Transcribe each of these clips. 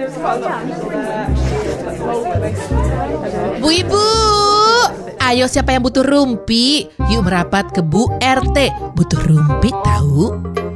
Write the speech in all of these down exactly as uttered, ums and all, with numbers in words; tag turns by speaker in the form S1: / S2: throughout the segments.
S1: Bu Ibu, ayo siapa yang butuh rumpi? Yuk merapat ke Bu R T. Butuh rumpi tahu?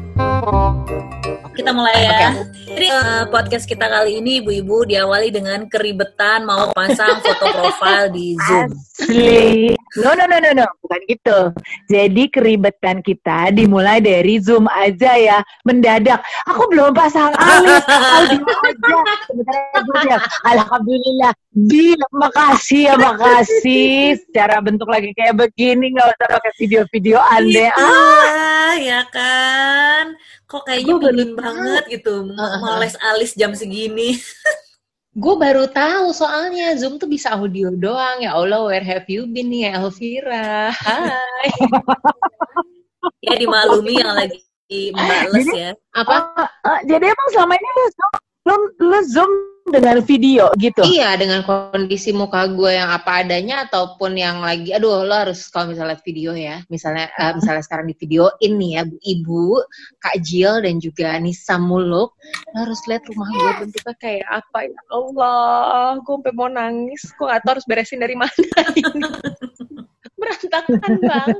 S2: Kita mulai ya. Jadi uh, podcast kita kali ini ibu-ibu diawali dengan keribetan mau pasang foto profil di Zoom.
S3: Asli. No, no, no, no, no. Bukan gitu. Jadi keribetan kita dimulai dari Zoom aja ya. Mendadak. Aku belum pasang alis. Audio aja. Sebentar ya. Alhamdulillah. Bi, makasih ya, makasih. Secara bentuk lagi kayak begini. Gak usah pakai video-video aneh.
S2: Ah, ya kan. Kok kayaknya pingin banget gitu moles alis jam segini.
S4: Gue baru tahu soalnya Zoom tuh bisa audio doang. Ya Allah, where have you been nih ya Elvira? Hai.
S2: Ya dimaklumi yang lagi membales ya.
S3: Apa? Uh, uh, jadi emang selama ini lu Zoom, lu, lu Zoom dengan video gitu?
S4: Iya, dengan kondisi muka gue yang apa adanya ataupun yang lagi, aduh lo harus kalau misalnya lihat video ya, misalnya uh, misalnya sekarang di video ini ya Bu Ibu, Kak Jill dan juga Nisa Muluk, lo harus lihat rumah gue bentuknya kayak apa ya Allah, gue sampai mau nangis, gue gak tahu harus beresin dari mana ini, berantakan banget.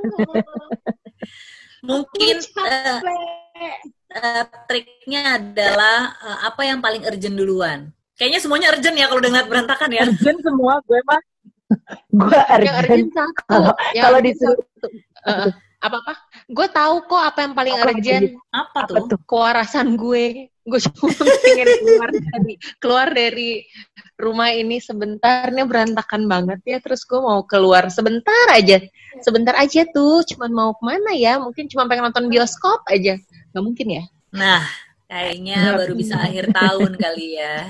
S2: Mungkin uh, uh, triknya adalah uh, apa yang paling urgent duluan. Kayaknya semuanya urgent ya kalau udah ngeliat berantakan ya.
S3: Urgent semua gue mah. Gue urgent. Kalau kalau disuruh
S4: uh, apa-apa? Gue tahu kok apa yang paling apa urgent.
S2: Apa, apa
S4: tuh? Kewarasan gue. Gue cuma pengen keluar dari keluar dari rumah ini sebentar. Ini berantakan banget ya. Terus gue mau keluar sebentar aja. Sebentar aja tuh. Cuman mau kemana ya? Mungkin cuma pengen nonton bioskop aja. Gak mungkin ya?
S2: Nah. Kayaknya baru bisa akhir tahun kali ya.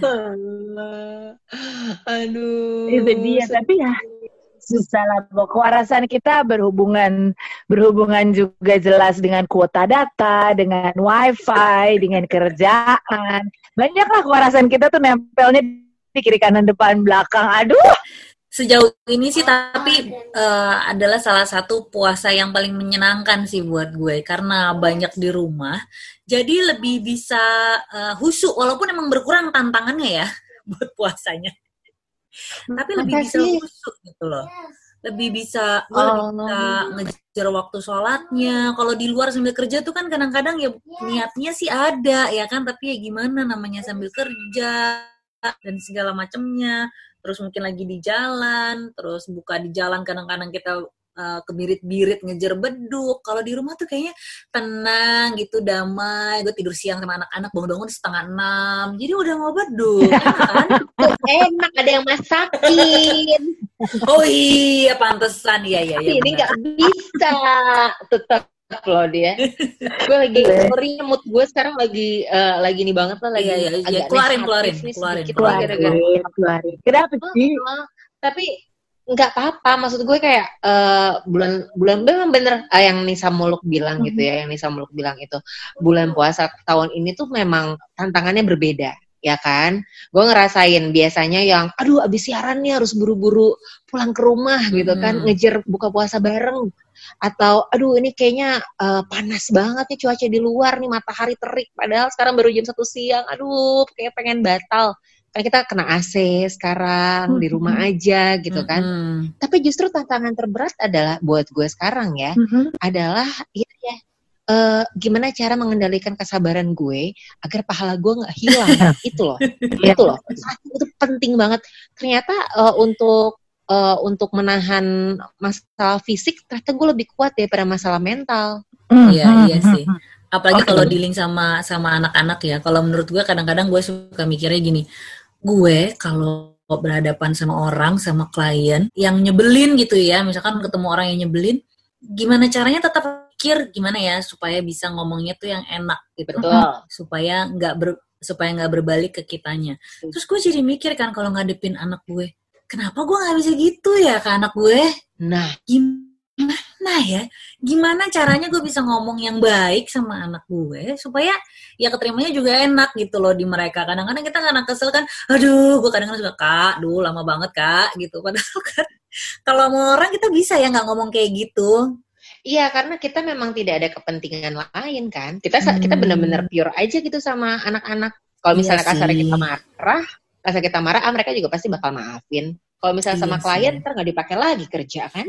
S4: Aduh.
S3: Itu dia, tapi ya susah lah. Kewarasan kita berhubungan berhubungan juga jelas dengan kuota data, dengan wifi, dengan kerjaan. Banyaklah kewarasan kita tuh nempelnya di kiri kanan depan belakang. Aduh.
S2: Sejauh ini sih tapi uh, adalah salah satu puasa yang paling menyenangkan sih buat gue karena banyak di rumah jadi lebih bisa uh, khusyuk walaupun emang berkurang tantangannya ya buat puasanya tapi lebih Makasih. bisa khusyuk gitu loh lebih bisa gue oh, lebih bisa ngejar waktu sholatnya. Kalau di luar sambil kerja tuh kan kadang-kadang ya niatnya sih ada ya kan tapi ya gimana namanya sambil kerja dan segala macamnya. Terus mungkin lagi di jalan, terus buka di jalan kadang-kadang kita uh, kebirit-birit ngejar beduk. Kalau di rumah tuh kayaknya tenang gitu, damai. Gue tidur siang sama anak-anak, bangun-bangun setengah enam. Jadi udah mau beduk, enak kan?
S4: Enak, ada yang masakin.
S2: Oh iya, pantesan. Iya, iya, iya.
S4: Ini nggak bisa tetap loh dia. Gue lagi sorry mood gue sekarang lagi uh, lagi ini banget lah lagi
S2: iya, iya, iya.
S4: agak
S2: keluarin keluarin keluarin
S4: keluarin keluarin
S3: keluarin kenapa sih
S4: uh, tapi nggak apa-apa maksud gue kayak uh, bulan bulan memang bener uh, yang Nisa Muluk bilang mm-hmm. gitu ya yang Nisa Muluk bilang itu bulan puasa tahun ini tuh memang tantangannya berbeda ya kan, gue ngerasain biasanya yang aduh abis siaran nih harus buru-buru pulang ke rumah gitu kan, hmm. ngejar buka puasa bareng atau aduh ini kayaknya uh, panas banget nih cuaca di luar nih matahari terik padahal sekarang baru jam satu siang, aduh kayak pengen batal kan kita kena A C sekarang hmm. di rumah aja gitu kan, hmm. tapi justru tantangan terberat adalah buat gue sekarang ya hmm. adalah ya, ya Uh, gimana cara mengendalikan kesabaran gue agar pahala gue nggak hilang itu loh itu loh itu penting banget ternyata uh, untuk uh, untuk menahan masalah fisik ternyata gue lebih kuat daripada masalah mental.
S2: Iya mm-hmm. iya sih apalagi okay. kalau dealing sama sama anak-anak ya kalau menurut gue kadang-kadang gue suka mikirnya gini gue kalau berhadapan sama orang sama klien yang nyebelin gitu ya misalkan ketemu orang yang nyebelin gimana caranya tetap pikir gimana ya supaya bisa ngomongnya tuh yang enak gitu.
S4: Betul.
S2: supaya nggak ber, supaya nggak berbalik ke kitanya. Terus gue jadi mikir kan kalau ngadepin anak gue, kenapa gue nggak bisa gitu ya ke anak gue?
S4: Nah,
S2: gimana ya? Gimana caranya gue bisa ngomong yang baik sama anak gue supaya ya keterimanya juga enak gitu loh di mereka. Kadang-kadang kita karena kesel kan, aduh, gue kadang-kadang suka kak, duh lama banget kak gitu. Padahal kan kalau mau orang kita bisa ya nggak ngomong kayak gitu.
S4: Iya, karena kita memang tidak ada kepentingan lain kan. Kita hmm. kita benar-benar pure aja gitu sama anak-anak. Kalau
S1: Iya
S4: misalnya kasarnya
S1: sih.
S4: kita marah, kasar kita marah, ah, mereka juga pasti bakal maafin. Kalau misalnya
S1: Iya
S4: sama
S1: sih.
S4: klien, ntar nggak dipakai lagi kerja kan?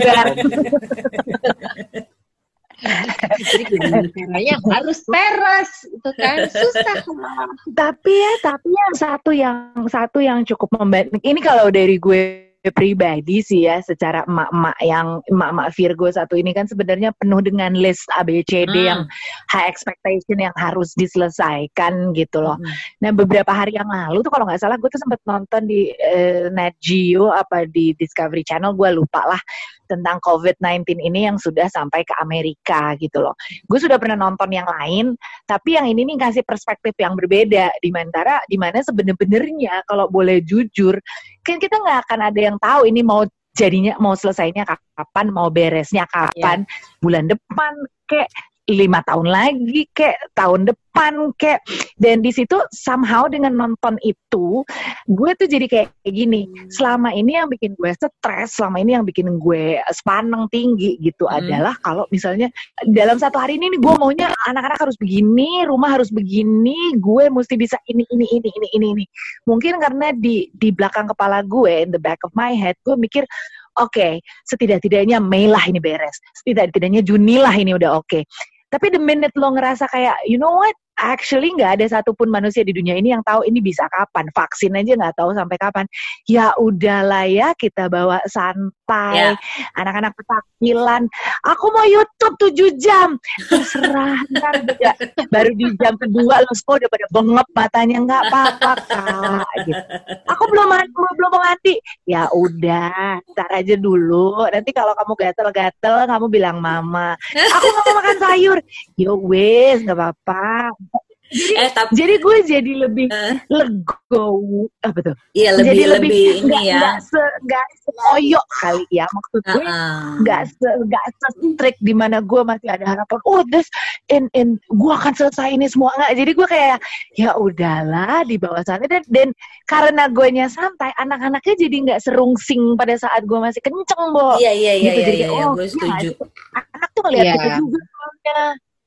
S4: Jadi gimana caranya harus peres, itu kan susah.
S3: Tapi ya, tapi yang satu yang satu yang cukup membantu. Ini kalau dari gue pribadi sih ya, secara emak-emak yang emak-emak Virgo satu ini kan sebenarnya penuh dengan list A B C D
S2: Hmm.
S3: yang high expectation yang harus diselesaikan gitu loh.
S2: Hmm.
S3: Nah beberapa hari yang lalu tuh kalau nggak salah gue tuh sempat nonton di eh, Nat Geo apa di Discovery Channel, gue lupa lah, tentang covid sembilan belas ini yang sudah sampai ke Amerika gitu loh. Gue sudah pernah nonton yang lain, tapi yang ini nih kasih perspektif yang berbeda, di mana di mana sebenarnya kalau boleh jujur, kan kita nggak akan ada yang tahu ini mau jadinya, mau selesainya kapan, mau beresnya kapan, bulan depan kayak lima tahun lagi kayak tahun depan kayak. Dan di situ somehow dengan nonton itu gue tuh jadi kayak gini, selama ini yang bikin gue stres, selama ini yang bikin gue sepaneng tinggi gitu
S2: Hmm.
S3: adalah kalau misalnya dalam satu hari ini nih gue maunya anak-anak harus begini, rumah harus begini, gue mesti bisa ini ini ini ini ini ini. Mungkin karena di di belakang kepala gue, in the back of my head, gue mikir oke, okay, setidak-tidaknya Mei lah ini beres, setidak-tidaknya Juni lah ini udah oke. Okay. Tapi the minute lo ngerasa kayak, you know what, actually nggak ada satupun manusia di dunia ini yang tahu ini bisa kapan. Vaksin aja nggak tahu sampai kapan. Ya udahlah ya, kita bawa santai.
S2: Ya.
S3: Anak-anak petakilan, aku mau YouTube tujuh jam. Terserah, ntar juga. Baru di jam kedua lo semua udah pada bengep matanya. Nggak apa-apa, Kak. Gitu. Aku belum mandi, belum mau mandi. Ya udah, ntar aja dulu. Nanti kalau kamu gatel-gatel, kamu bilang mama, aku nggak mau makan sayur. Yo wes, nggak apa-apa. Jadi,
S2: Eh tapi
S3: jadi gue jadi lebih
S2: Eh.
S3: legowo, apa tuh?
S2: iya lebih
S3: jadi
S2: lebih ini
S3: nggak-
S2: ya.
S3: nggak se nggak sekoyok kali ya, maksud gue
S2: Heeh.
S3: nggak se nggak se-strict di mana gue masih ada harapan. Oh, this in in gue akan selesai ini semua, nggak. Jadi gue kayak ya udahlah, di bawah sana. Dan dan karena gue nya santai, anak-anaknya jadi nggak serungsing pada saat gue masih kenceng, Bo.
S2: Iya iya iya
S3: Gitu,
S2: iya
S3: jadi
S2: iya,
S3: kayak,
S2: iya,
S3: oh,
S2: gue
S3: iya,
S2: setuju.
S3: anak tuh ngeliat
S4: Iya.
S3: kita juga soalnya.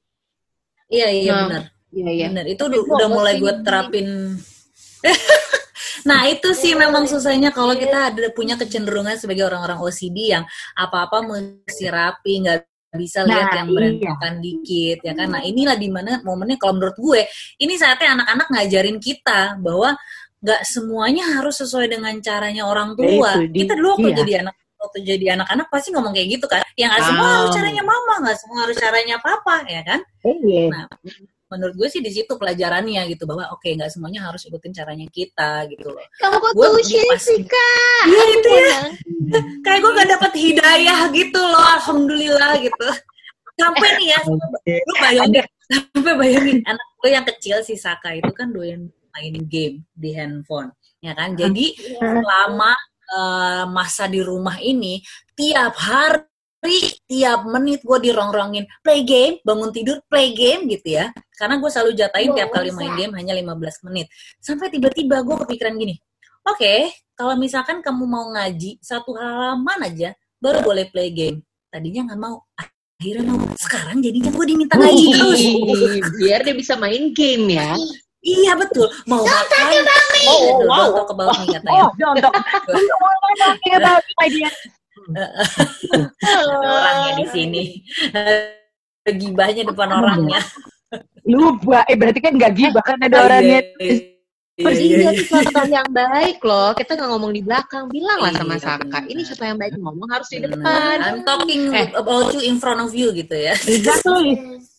S2: Iya iya
S4: Nah,
S2: benar.
S4: Iya, iya.
S2: Benar, itu
S4: Tapi
S2: udah,
S4: gua
S2: udah
S4: nggak
S2: mulai
S4: sih.
S2: gue terapin. Nah itu sih memang susahnya kalau kita ada punya kecenderungan sebagai orang-orang O C D yang apa-apa mesti rapi, nggak bisa lihat
S3: Nah,
S2: yang
S3: iya.
S2: berantakan dikit ya kan. Nah inilah dimana momennya kalau menurut gue ini saatnya anak-anak ngajarin kita bahwa nggak semuanya harus sesuai dengan caranya orang tua.
S3: Itu dia.
S2: Kita dulu waktu
S3: Iya.
S2: jadi anak waktu jadi anak-anak pasti ngomong kayak gitu kan. Yang nggak semua
S4: Ah.
S2: harus caranya mama, nggak semua harus caranya papa ya kan.
S3: Iya.
S2: Nah, menurut gue sih di situ pelajarannya gitu bahwa oke nggak semuanya harus ikutin caranya kita gitu loh.
S4: Kamu kok
S2: Gua
S4: tuh
S2: pas-
S4: sih, Kak?
S2: Iya itu ya. Kayak gue gak dapet hidayah gitu loh, alhamdulillah gitu. Sampai nih ya, lu bayangin, sampai bayangin anak gue yang kecil si Saka itu kan doyan main game di handphone, ya kan. Jadi selama uh, masa di rumah ini tiap hari, tiap menit gue dirongrongin play game, bangun tidur play game gitu ya. Karena gue selalu jatahin tiap kali main game hanya lima belas menit. Sampai tiba-tiba gue kepikiran gini, oke, okay, kalau misalkan kamu mau ngaji satu halaman aja, baru boleh play game. Tadinya nggak mau, akhirnya mau. Sekarang jadinya gue diminta ngaji terus.
S4: Wih, biar dia bisa main game ya.
S2: Iya betul. Mau makan, oh, wow, ke bawah nih katanya.
S3: Oh, don't talk. Don't talking about my dear.
S2: Ada orangnya di sini. Gibahnya depan orangnya.
S3: Lupa, eh berarti kan gak gibah kan ada
S2: Oh,
S3: orangnya.
S2: Iya,
S4: Ini
S2: iya,
S4: jadi contoh yang baik loh. Kita nggak ngomong di belakang. Bilang lah sama
S2: Iya,
S4: Saka.
S2: benar.
S4: Ini contoh yang baik, ngomong harus di
S2: Benar.
S4: depan.
S2: I'm talking
S4: Eh.
S2: about you in front of you gitu ya.
S3: Exactly.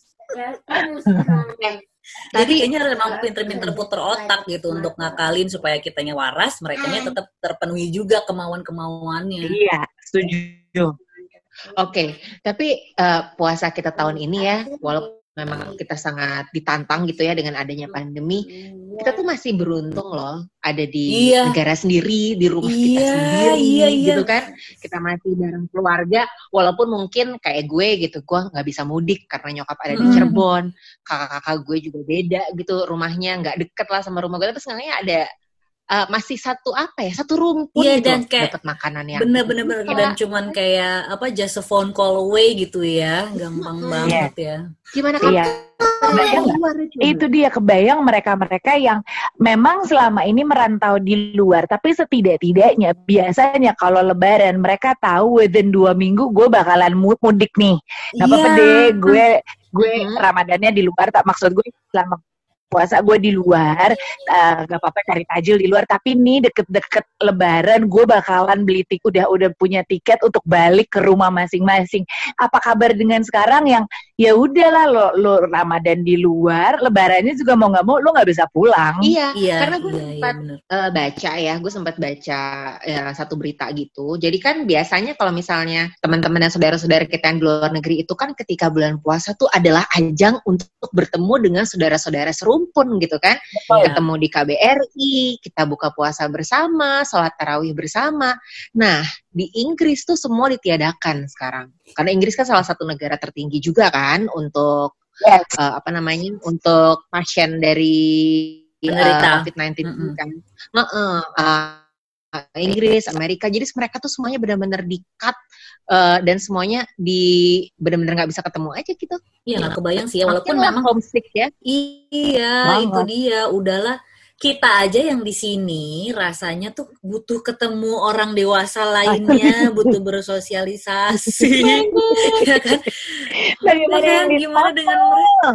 S2: Jadi kayaknya memang pinter-pinter puter otak gitu untuk ngakalin supaya kitanya waras, merekanya tetap terpenuhi juga kemauan-kemauannya.
S3: Iya, setuju.
S4: Oke, tapi eh, puasa kita tahun ini ya, walaupun memang kita sangat ditantang gitu ya dengan adanya pandemi, kita tuh masih beruntung loh ada di
S2: Iya.
S4: negara sendiri, di rumah kita
S2: Iya,
S4: sendiri
S2: iya, iya.
S4: gitu kan. Kita masih bareng keluarga, walaupun mungkin kayak gue gitu, gue nggak bisa mudik karena nyokap ada di
S2: Hmm.
S4: Cirebon, kakak-kakak gue juga beda gitu rumahnya, nggak deket lah sama rumah gue, tapi sebenarnya ada uh, masih satu apa ya, satu rumpun
S2: Iya,
S4: gitu
S2: dan kayak
S4: dapat makanan yang
S2: bener-bener
S4: gitu.
S2: dan cuman kayak apa just a phone call away gitu ya, gampang
S4: Hmm.
S2: banget ya.
S4: Gimana kan?
S3: Iya. Kebayang nggak? Itu dia, kebayang mereka-mereka yang memang selama ini merantau di luar, tapi setidak-tidaknya biasanya kalau lebaran mereka tahu within dua minggu gue bakalan mu- mudik nih. Gak apa-apa
S2: Iya.
S3: deh, gue gue
S4: Mhm.
S3: Ramadannya di luar, tak maksud gue selama puasa gue di luar, uh, gak apa-apa cari tajil di luar, tapi nih deket-deket lebaran gue bakalan beli tik udah udah punya tiket untuk balik ke rumah masing-masing. Apa kabar dengan sekarang yang ya udahlah lo lo Ramadan di luar, lebarannya juga mau nggak mau lo nggak bisa pulang.
S4: Iya,
S2: Iya,
S4: karena gue
S2: iya, iya,
S4: sempat
S2: bener.
S4: uh, baca ya, gue sempat baca ya, satu berita gitu. Jadi kan biasanya kalau misalnya teman-teman dan saudara-saudara kita yang di luar negeri itu kan ketika bulan puasa tuh adalah ajang untuk bertemu dengan saudara-saudara serumpun gitu kan.
S2: Iya.
S4: Ketemu di K B R I, kita buka puasa bersama, sholat tarawih bersama. Nah, di Inggris tuh semua ditiadakan sekarang. Karena Inggris kan salah satu negara tertinggi juga kan untuk
S3: Yes.
S4: uh, apa namanya, untuk pasien dari
S2: Penderita.
S4: uh, covid sembilan belas
S2: Mm-mm.
S4: kan. Uh-uh, uh, Inggris, Amerika, jadi mereka tuh semuanya benar-benar di-cut uh, dan semuanya di benar-benar nggak bisa ketemu aja gitu.
S2: Iya, nggak kebayang sih ya, walaupun
S4: Makin lah
S2: memang
S4: homesick ya.
S2: iya,
S3: Banget.
S2: itu dia. Udahlah, kita aja yang di sini rasanya tuh butuh ketemu orang dewasa lainnya, butuh bersosialisasi. Ya kan?
S3: Bagaimana
S2: Ya kan?
S3: yang di
S2: Gimana dengan mereka?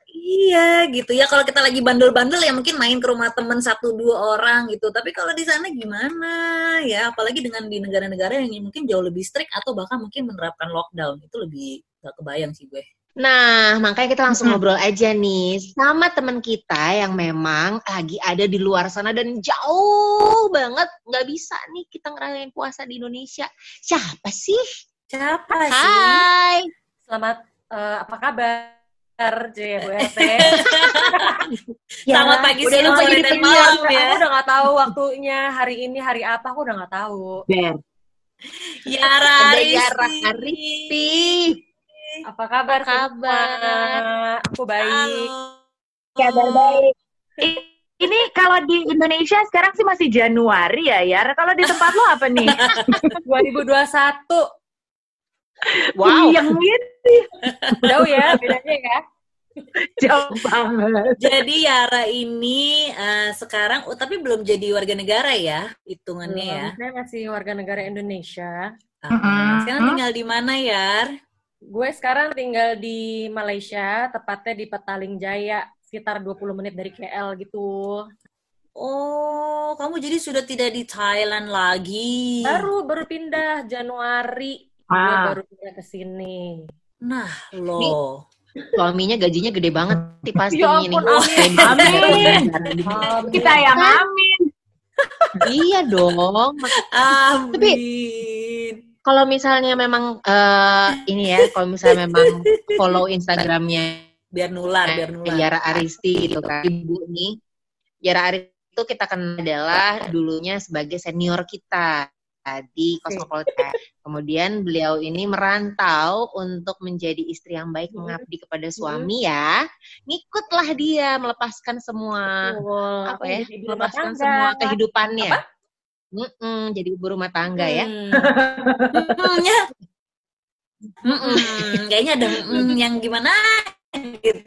S2: Iya, gitu ya. Kalau kita lagi bandel-bandel ya mungkin main ke rumah temen satu dua orang gitu. Tapi kalau di sana gimana ya? Apalagi dengan di negara-negara yang mungkin jauh lebih strict atau bahkan mungkin menerapkan lockdown, itu lebih gak kebayang sih gue.
S4: Nah, makanya kita langsung
S3: Hmm.
S4: ngobrol aja nih sama teman kita yang memang lagi ada di luar sana dan jauh banget nggak bisa nih kita ngerayain puasa di Indonesia. Siapa sih?
S2: Siapa sih?
S4: Hai.
S5: Selamat, eh, apa kabar, J Bu R T?
S2: Selamat pagi,
S4: udah
S2: siang,
S4: lupa
S2: sore,
S4: jadi
S2: dan
S4: penyiar.
S2: malam ya.
S5: Aku udah nggak tahu waktunya hari ini hari apa, aku udah nggak tahu.
S3: Ber.
S2: Yara
S4: Ada
S2: Aristi.
S4: Yara Aristi.
S5: Apa kabar?
S4: Apa kabar?
S5: semua? Aku baik.
S3: Kabar baik. I- Ini kalau di Indonesia sekarang sih masih Januari ya, Yar. Kalau di tempat lo apa nih?
S5: dua ribu dua puluh satu.
S4: Wow.
S3: Yang gitu.
S5: Jauh ya bedanya ya.
S3: Jauh banget.
S2: Jadi Yara ini eh, sekarang, oh, tapi belum jadi warga negara ya, hitungannya ya.
S5: Belum, Saya masih warga negara Indonesia.
S2: Ah,
S3: Mm-mm.
S2: sekarang tinggal di mana, Yar?
S5: Gue sekarang tinggal di Malaysia, tepatnya di Petaling Jaya, sekitar dua puluh menit dari K L gitu.
S2: Oh, kamu jadi sudah tidak di Thailand lagi.
S5: Baru baru pindah Januari. Gue
S3: Ah.
S5: baru pindah ke sini.
S2: Nah, loh.
S4: Suaminya gajinya gede banget nih pasti
S5: Ya
S4: ini.
S5: ampun, amin.
S3: Amin.
S5: Amin.
S3: Kita yang amin.
S4: Iya dong.
S2: Amin.
S4: Kalau misalnya memang eh, ini ya, kalau misalnya memang follow Instagramnya
S2: Biar nular, biar nular.
S4: Yara Aristi gitu kan, ibu nih. Yara Aristi itu kita kenal adalah dulunya sebagai senior kita di Cosmopolitan. Kemudian beliau ini merantau untuk menjadi istri yang baik, mengabdi kepada suami ya. Ngikutlah dia melepaskan semua
S5: Betul.
S4: apa ya,
S5: Jadi ibu rumah
S4: melepaskan
S5: tangga.
S4: semua kehidupannya. Mm-mm, jadi ibu rumah tangga ya.
S5: Hmm.
S2: Mm-mm-nya. Mm-mm. Kayaknya ada mm, yang gimana gitu.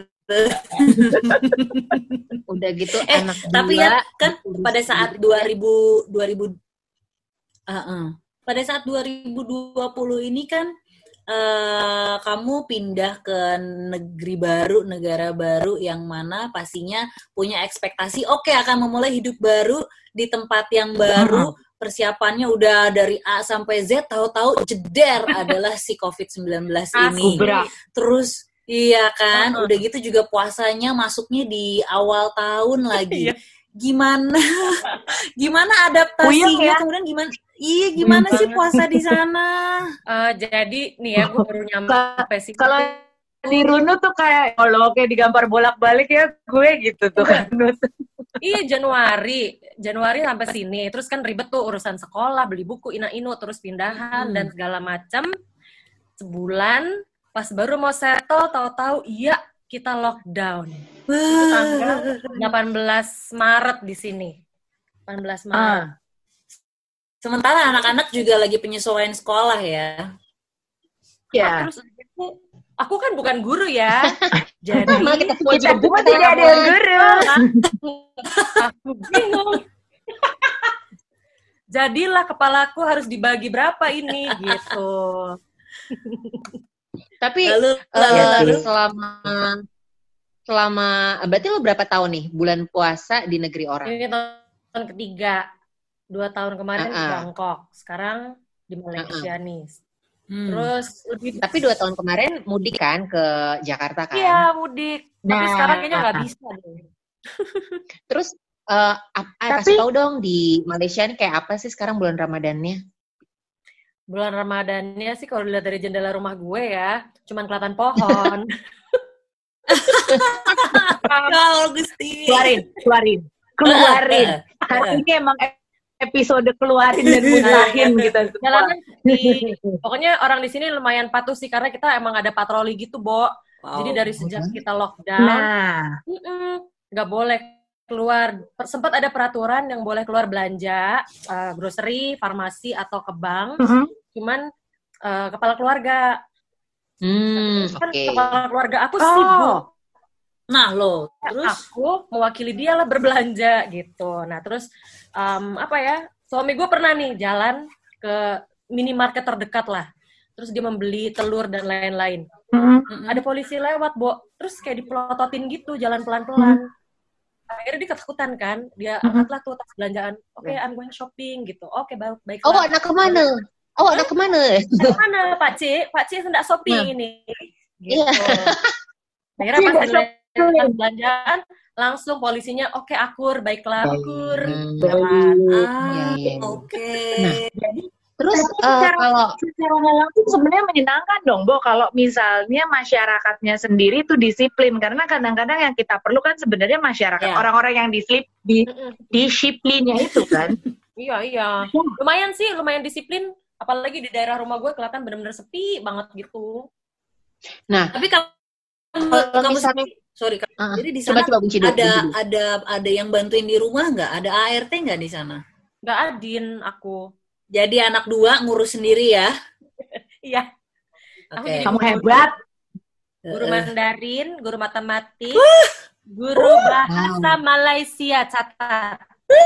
S4: Udah gitu
S2: Eh,
S4: anak
S2: tapi
S4: dua,
S2: ya kan
S4: urus
S2: pada saat
S4: hidup
S2: dua
S4: ya.
S2: ribu dua ribu uh-uh. pada saat dua ribu dua puluh ini kan eh, kamu pindah ke negeri baru, negara baru yang mana pastinya punya ekspektasi oke akan memulai hidup baru di tempat yang baru. Persiapannya udah dari A sampai Z, tahu-tahu jeder adalah si covid sembilan belas ini.
S3: Kubra.
S2: Terus iya kan,
S5: Uh-uh.
S2: udah gitu juga puasanya masuknya di awal tahun lagi.
S5: Iya.
S2: Gimana? Gimana
S3: Puyeng
S2: adaptasinya?
S3: ya?
S2: Kemudian gimana? Iya, gimana sih puasa di sana?
S5: Eh, jadi nih ya, gue baru nyampe sih.
S3: Kalau di Runu tuh kayak kalau kayak digambar bolak-balik ya gue gitu tuh kan.
S5: Iya, Januari. Januari sampai sini. Terus kan ribet tuh urusan sekolah, beli buku, ina-inu, terus pindahan,
S2: Hmm.
S5: dan segala macam. Sebulan, pas baru mau settle, tahu-tahu, iya, kita lockdown. Itu tanggal delapan belas Maret di sini. delapan belas
S3: Ah.
S5: Maret.
S2: Sementara anak-anak juga lagi penyesuaian sekolah ya.
S3: Ya.
S5: Terus aku, aku kan bukan guru ya. Jadi
S4: Malah kita semua
S3: Kita
S4: juga
S3: semua
S4: bukan.
S3: tidak ada yang guru.
S5: aku bingung. Jadilah kepalaku harus dibagi berapa ini gitu.
S4: Tapi
S2: Lalu,
S4: eh,
S2: lalu, lalu.
S4: selama selama berarti lo berapa tahun nih bulan puasa di negeri orang?
S5: Ini tahun ketiga. Dua tahun kemarin di
S4: Uh-uh.
S5: Bangkok. Sekarang di Malaysia nih.
S2: Hmm.
S5: Terus lebih
S4: Tapi dua tahun kemarin mudik kan ke Jakarta kan?
S5: iya mudik. Tapi
S3: Nah.
S5: sekarang kayaknya nggak bisa deh.
S4: Terus eh ap- ah,
S3: Tapi-
S4: kasih tahu dong di Malaysia nih kayak apa sih sekarang bulan Ramadannya?
S5: Bulan Ramadannya sih kalau dilihat dari jendela rumah gue ya, cuman kelihatan pohon.
S2: Kau Gusti.
S3: Keluarin, keluarin, keluarin. Hari ini emang episode keluarin dan muntahin kita semua.
S5: Jalanan sepi. Pokoknya orang di sini lumayan patuh sih karena kita emang ada patroli gitu, Bo.
S2: Wow.
S5: Jadi dari sejak kita lockdown,
S3: Nah,
S5: mm-mm, nggak boleh keluar. Per- Sempat ada peraturan yang boleh keluar belanja, eh, grocery, farmasi atau ke bank.
S3: mhm.
S5: Cuman eh, kepala keluarga,
S4: Hmm,
S5: kan
S4: oke.
S5: kepala keluarga aku
S3: Oh.
S5: sibuk.
S2: Nah lo, terus
S5: Aku mewakili dia lah berbelanja gitu. Nah terus em, apa ya? Suami gue pernah nih jalan ke minimarket terdekat lah. Terus dia membeli telur dan lain-lain.
S3: Mhm.
S2: Mm-mm.
S5: Ada polisi lewat, Bo. Terus kayak dipelototin gitu, jalan pelan-pelan. Akhirnya dia ketakutan kan. Dia
S3: Hmm.
S5: angkatlah tuh tas belanjaan. Oke, I'm going shopping gitu. Oke, baik baiklah.
S4: Oh, anak kemana? Oh, anak kemana?
S5: Mana Pak C? Pak C hendak shopping ini. Gitu.
S4: Iya.
S5: Akhirnya pas
S3: Tidak
S5: dilihat tas belanjaan, langsung polisinya, oke akur, baiklah akur.
S4: Hmm.
S5: Jalan.
S2: Ah,
S4: Iya, iya, iya.
S2: oke.
S4: Nah. Terus
S3: Tapi
S4: eh,
S3: secara-
S4: kalau
S3: secara nggak langsung sebenarnya menyenangkan dong, Bo, kalau misalnya masyarakatnya sendiri itu disiplin. Karena kadang-kadang yang kita perlu kan sebenarnya masyarakat,
S2: Ya.
S3: orang-orang yang dislip, di,
S5: Mm-mm.
S3: disiplinnya itu kan.
S5: Iya, iya. Lumayan sih, lumayan disiplin. Apalagi di daerah rumah gue kelihatan bener-bener sepi banget gitu.
S2: Tapi kalau
S4: Kalau
S2: kamu
S4: misalnya-
S2: sorry, Kak.
S4: Ah,
S2: jadi di
S4: coba
S2: sana
S4: coba Bunci dulu.
S2: ada
S4: Bunci dulu.
S2: ada ada yang bantuin di rumah nggak? Ada A R T nggak di sana?
S5: Nggak adin aku.
S2: Jadi anak dua ngurus sendiri ya?
S5: Iya.
S2: Oke.
S5: Aku jadi
S3: Kamu hebat.
S5: guru
S2: Eh,
S5: Mandarin, guru matematik, guru bahasa Malaysia, catat.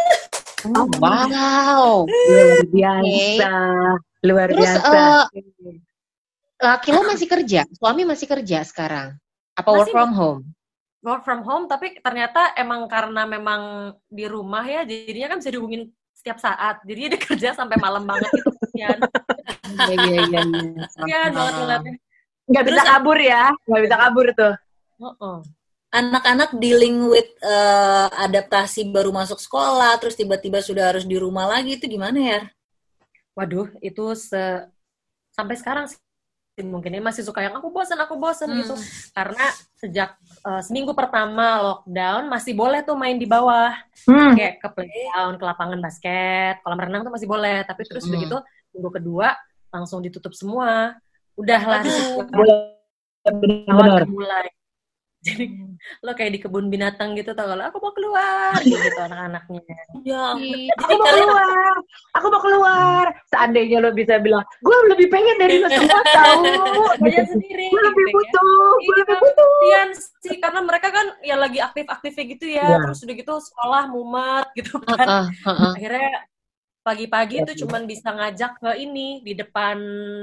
S4: Oh, wow.
S3: Luar biasa. Luar
S4: Terus
S3: biasa.
S4: eh, laki lo masih kerja? Suami masih kerja sekarang? Apa work
S5: Masih.
S4: from home?
S5: Work from home, tapi ternyata emang karena memang di rumah ya, jadinya kan bisa dihubungin setiap saat. Jadinya dia kerja sampai malam banget gitu. Kasian.
S4: Iya, iya, iya. iya.
S5: Kasian banget ngeliatnya.
S3: Nggak bisa
S2: Terus-
S3: kabur ya. Nggak bisa kabur tuh.
S5: Heeh.
S2: anak-anak dealing with eh, adaptasi baru masuk sekolah, terus tiba-tiba sudah harus di rumah lagi, itu gimana ya?
S5: Waduh, itu se sampai sekarang sih mungkin ini masih suka yang aku bosan, aku bosan
S2: Hmm.
S5: gitu. Karena sejak uh, seminggu pertama lockdown masih boleh tuh main di bawah,
S3: Hmm.
S5: kayak ke playground, ke lapangan basket, kolam renang tuh masih boleh. Tapi terus
S4: Hmm.
S5: begitu minggu kedua langsung ditutup semua. Udahlah, di situ
S3: Benar-benar.
S5: mulai. Jadi lo kayak di kebun binatang gitu tau kalau aku mau keluar gitu anak-anaknya.
S2: Ya,
S3: Aku
S2: jadi
S3: mau
S2: kalian
S3: keluar, aku mau keluar. Seandainya lo bisa bilang, gue lebih pengen dari lo semua tahu.
S5: Belajar sendiri.
S3: Gue lebih
S5: gitu ya.
S3: butuh, gue lebih
S5: Iya,
S3: butuh.
S5: kasihan sih karena mereka kan ya lagi aktif-aktifnya gitu ya,
S3: Iya.
S5: terus udah gitu sekolah mumet gitu kan.
S4: Heeh, heeh.
S5: Akhirnya pagi-pagi
S3: Iya,
S5: tuh cuman bisa ngajak ke ini di depan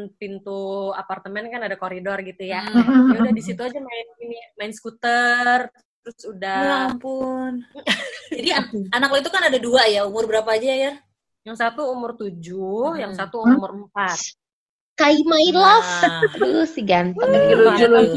S5: pintu apartemen kan ada koridor gitu ya.
S2: Hmm.
S5: Ya udah di situ aja main ini main skuter terus
S2: Ya
S5: udah
S2: ampun. Jadi an- anak lo itu kan ada dua ya, umur berapa aja ya?
S5: yang satu umur tujuh,
S2: Hmm.
S5: yang satu umur empat.
S4: Kai my love.
S2: Nah,
S4: Aduh, si ganteng.
S3: Lagi
S2: Gimana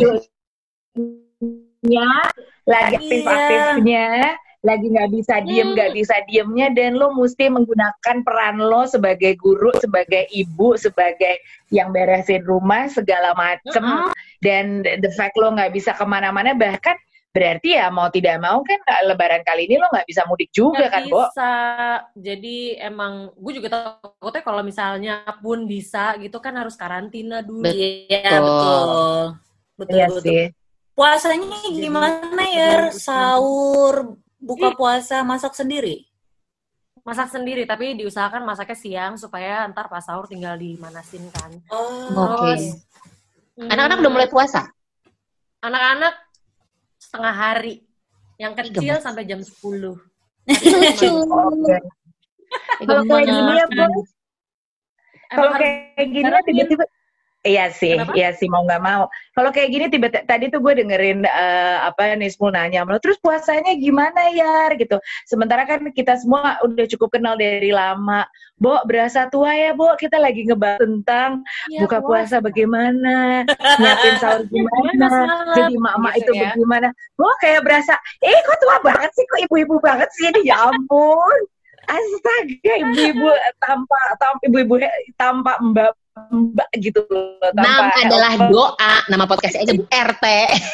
S3: lucu-lucunya, lagi
S2: Iya.
S3: aktif-aktifnya, lagi nggak bisa diem,
S5: Hmm.
S3: nggak bisa diemnya, dan lo mesti menggunakan peran lo sebagai guru, sebagai ibu, sebagai yang beresin rumah, segala macem,
S5: Mm-mm.
S3: dan the fact lo nggak bisa kemana-mana, bahkan berarti ya mau tidak mau kan lebaran kali ini lo nggak bisa mudik juga
S5: Nggak
S3: kan, Bo?
S5: bisa. Jadi emang gue juga takutnya kalau misalnya pun bisa gitu kan harus karantina dulu.
S2: iya betul. Betul,
S3: Iya
S2: betul.
S3: sih.
S2: Puasanya gimana ya? Sahur, buka
S5: Ih.
S2: puasa, masak sendiri?
S5: masak sendiri, tapi diusahakan masaknya siang supaya ntar pas sahur tinggal dimanasin kan.
S2: Oh,
S4: Oke.
S5: Terus hmm,
S4: Anak-anak udah mulai puasa?
S5: anak-anak setengah hari, yang
S4: Ih,
S5: kecil
S4: gemes.
S5: sampai jam sepuluh.
S4: Lucu.
S3: Oke. Kalau kayak gini ya, Boy. Kalau kayak gini ya tiba-tiba, iya sih,
S5: Kenapa?
S3: iya sih mau nggak mau. Kalau kayak gini tiba tadi tuh gue dengerin eh, apa Nismul nanya, "Lo terus puasanya gimana ya?" gitu. Sementara kan kita semua udah cukup kenal dari lama. Bo, berasa tua ya, Bo. Kita lagi ngebahas tentang
S5: Ya,
S3: buka puasa bagaimana, nyiapin sahur gimana,
S5: masalah,
S3: jadi emak-emak
S5: gitu
S3: itu
S5: ya.
S3: bagaimana. Bo, kayak berasa, eh kok tua banget sih, kok ibu-ibu banget sih ini, ya ampun. Astaga, ibu-ibu tanpa, tanpa ibu-ibu tanpa mbak mbak gitu loh, tanpa
S4: Nam adalah
S3: helper.
S4: doa, nama podcastnya aja Bu R T.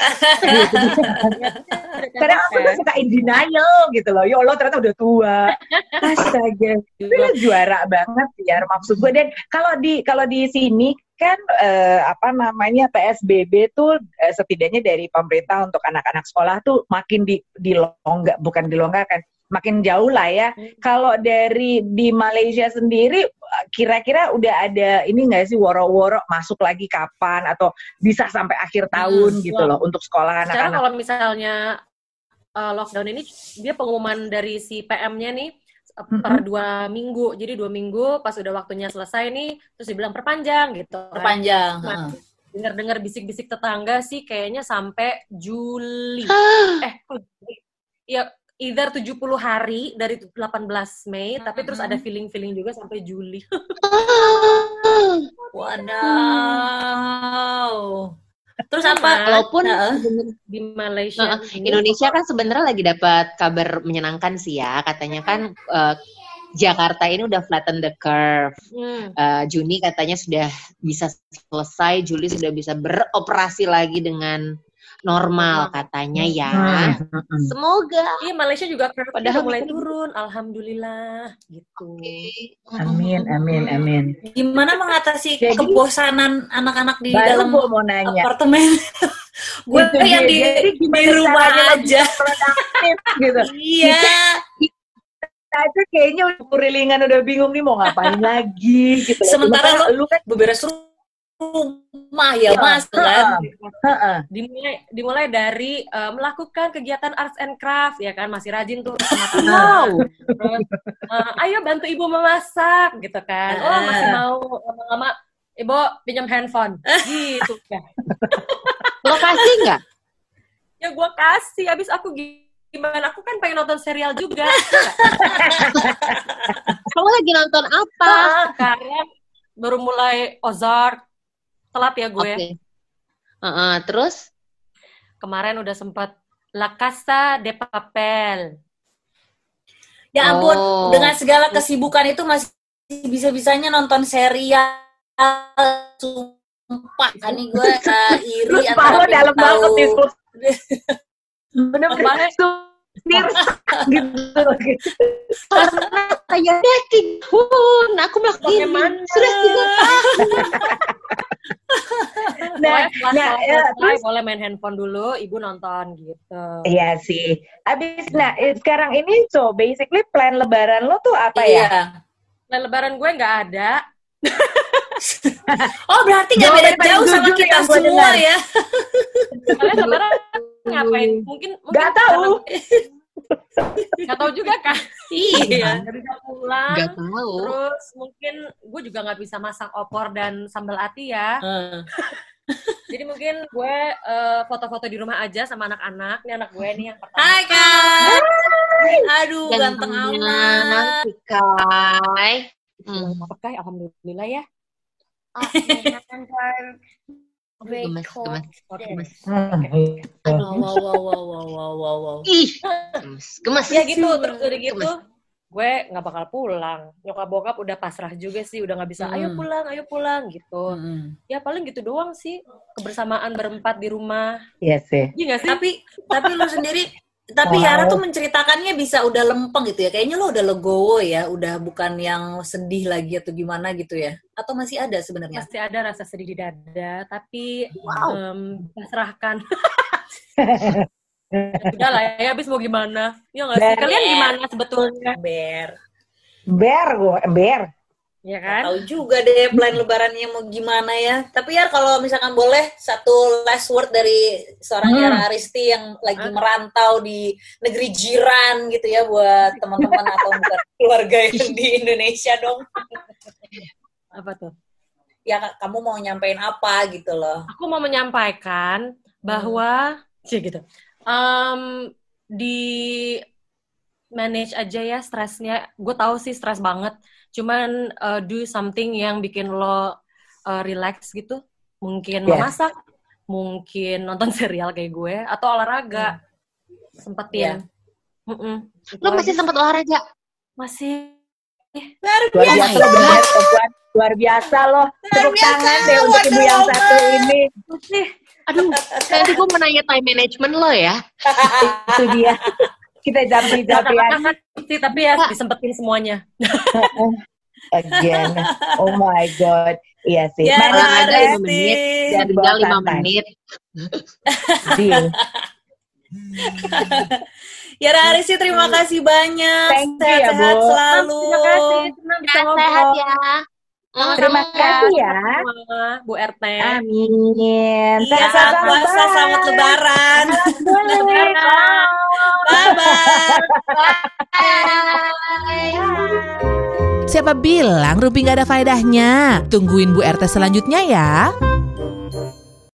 S3: Kadang aku tuh suka in denial gitu loh. Ya Allah, ternyata udah tua. Astaga, itu ya juara banget ya maksud gue. Dan kalau di kalau di sini kan eh, apa namanya P S B B tuh eh, setidaknya dari pemerintah untuk anak-anak sekolah tuh makin di dilonggar, bukan dilonggarkan, makin jauh lah ya. Kalau dari di Malaysia sendiri, kira-kira udah ada ini nggak sih woro-woro masuk lagi kapan atau bisa sampai akhir tahun
S5: Hmm,
S3: gitu
S5: wah.
S3: loh untuk sekolah
S5: Secara
S3: anak-anak?
S5: kalau misalnya uh, lockdown ini, dia pengumuman dari si P M-nya nih uh, per dua minggu. Jadi dua minggu pas udah waktunya selesai nih, terus dibilang perpanjang gitu. kan.
S2: perpanjang.
S5: Nah,
S2: heeh.
S5: dengar-dengar bisik-bisik tetangga sih kayaknya sampai Juli. eh, kok Juli? Ya, either tujuh puluh hari dari delapan belas Mei, tapi terus ada feeling-feeling juga sampai Juli.
S2: Wadaw. Terus apa?
S4: Walaupun
S2: Heeh.
S5: Di Malaysia.
S4: Nah, Indonesia kan sebenarnya lagi dapat kabar menyenangkan sih ya, katanya kan eh, Jakarta ini udah flatten the curve.
S5: Hmm.
S4: Eh, Juni katanya sudah bisa selesai, Juli sudah bisa beroperasi lagi dengan normal katanya ya.
S3: Hmm.
S4: Semoga.
S5: Iya, Malaysia juga curve
S4: Padahal
S5: udah mulai
S4: kita-
S5: turun, alhamdulillah gitu.
S3: Amin, amin, amin.
S2: Gimana mengatasi
S3: Jadi-
S2: kebosanan anak-anak di
S3: Baru
S2: dalam
S3: gue mau nanya.
S2: apartemen? Gue
S3: Itu
S2: yang
S3: dia.
S2: di,
S3: Jadi
S2: di
S3: gimana
S2: rumah
S3: caranya lo
S2: aja.
S3: bisa produktif gitu.
S2: Iya.
S3: Kita aja kayaknya udah kurilingan udah bingung nih mau ngapain lagi gitu. loh.
S2: Sementara
S3: Sementara
S2: lo-
S3: lu kan
S2: Beberes rumah ya Mas kan.
S3: heeh.
S5: Dimulai dimulai dari eh, melakukan kegiatan arts and craft ya kan, masih rajin tuh sama
S4: Wow.
S5: Terus, eh, ayo bantu ibu memasak gitu kan. Oh, masih
S2: Ah.
S5: mau lama-lama ibu pinjam handphone gitu ya.
S4: Lokasi nggak?
S5: Ya gua kasih, habis aku gimana, aku kan pengen nonton serial juga.
S4: Kamu lagi nonton apa?
S5: Sekarang baru mulai Ozark, telat ya gue.
S4: Oke. Heeh, terus?
S5: Kemarin udah sempat La Casa de Papel.
S2: Ya ampun,
S4: Oh.
S2: dengan segala kesibukan itu masih bisa-bisanya nonton serial. Sumpah, kan nih gue uh, iri
S3: Lu
S2: antara
S3: lo dalam
S2: pengen
S3: banget
S2: tahu.
S3: nih. Sus. Bener-bener
S5: Kemarin-
S3: nirsak gitu loh.
S4: Kayak udah tiga tahun, aku melakukan ini.
S5: Bagaimana?
S4: Sudah tiga tahun.
S3: Nah,
S5: Pokoknya setelah
S3: nah,
S5: sekolah
S3: ya,
S5: selesai,
S3: terus
S5: boleh main handphone dulu, ibu nonton gitu.
S3: iya sih. Abis, nah eh, sekarang ini so basically plan lebaran lo tuh apa ya?
S2: Iya.
S5: Nah, lebaran gue nggak ada.
S2: Oh berarti nggak beda
S3: Jawaban paling
S2: jauh sama
S3: jujur
S2: kita
S3: yang gua
S2: semua
S3: dengar.
S2: ya.
S5: Kalian lebaran ngapain? Mungkin, mungkin
S3: Gak tahu.
S5: karena- Nggak tahu juga kan?
S2: Iya.
S5: Nggak bisa pulang.
S4: Gak tahu.
S5: Terus mungkin gue juga nggak bisa masak opor dan sambal ati ya.
S2: Heeh.
S5: Jadi mungkin gue eh, foto-foto di rumah aja sama anak-anak. Ini anak gue nih yang pertama.
S2: Hai Kak. Aduh ganteng amat.
S4: Si Kai. Hmm.
S5: Apa Kai? Alhamdulillah ya.
S4: Gemes, gemes, gemes.
S3: Hmm, iya.
S2: Wow wow wow wow wow wow wow. wow.
S4: Ih, gemes, gemes.
S5: Ya gitu, terus udah gitu
S4: Gemes.
S5: gue nggak bakal pulang. Nyokap bokap udah pasrah juga sih, udah nggak bisa. Ayo
S2: Hmm.
S5: pulang, ayo pulang gitu.
S2: Mm-mm.
S5: Ya paling gitu doang sih, kebersamaan berempat di rumah.
S3: Iya sih.
S5: Iya nggak sih?
S2: Tapi tapi lu sendiri, tapi
S3: Wow.
S2: Yara tuh menceritakannya bisa udah lempeng gitu ya. Kayaknya lu udah legowo ya, udah bukan yang sedih lagi atau gimana gitu ya. Atau masih ada sebenarnya?
S5: Masih ada rasa sedih di dada, tapi
S4: Wow.
S5: em, pasrahkan. Udah lah ya, habis mau gimana? Ya nggak sih?
S3: Dan-
S5: Kalian gimana sebetulnya?
S2: Ber.
S3: Ber, gue ber.
S5: Ya kan?
S2: Tahu juga deh plan lebarannya mau gimana ya. Tapi ya kalau misalkan boleh satu last word dari seorang
S3: Hmm.
S2: Yara Aristi yang lagi merantau di negeri jiran gitu ya buat teman-teman atau buat keluarga yang di Indonesia dong.
S5: Apa tuh?
S2: Ya kamu mau nyampein apa gitu loh.
S5: Aku mau menyampaikan bahwa sih gitu. Em, di manage aja ya stresnya. Gue tahu sih stres banget. Cuman uh, do something yang bikin lo uh, relax gitu. Mungkin
S3: Yeah.
S5: memasak, mungkin nonton serial kayak gue, atau olahraga. Sempetin. Mm-mm.
S4: Lo masih sempat olahraga?
S5: Masih.
S2: Luar
S3: Luar
S2: biasa.
S3: biasa lo bener, perempuan. Luar biasa loh. Tepuk
S2: biasa,
S3: tangan deh untuk ibu yang
S2: Wonder
S3: satu
S2: Woman.
S3: ini.
S5: Masih.
S4: Aduh, nanti gue mau nanya time management lo ya.
S3: Itu dia. Kita japri-japrian
S5: Sih, tapi ya disempetin semuanya.
S3: again. Oh my god. Iya sih.
S2: Ya,
S3: Mana
S4: Olahraga
S3: ada
S4: lima menit,
S3: di bawah
S4: jalan lima
S3: santai.
S4: menit.
S3: Deal.
S2: Yara Aristi terima kasih banyak.
S3: Thank you ya,
S2: Sehat-sehat
S3: Bu.
S2: selalu.
S5: Terima kasih. Senang bisa ngobrol.
S4: Sehat ya.
S3: Terima kasih ya.
S5: Sama Bu R T.
S3: Amin.
S2: Iya,
S3: Sehat
S2: selamat puasa, selamat lebaran.
S3: Lebaran.
S2: Bye-bye.
S1: Siapa bilang Rumpi nggak ada faedahnya? Tungguin Bu R T selanjutnya ya.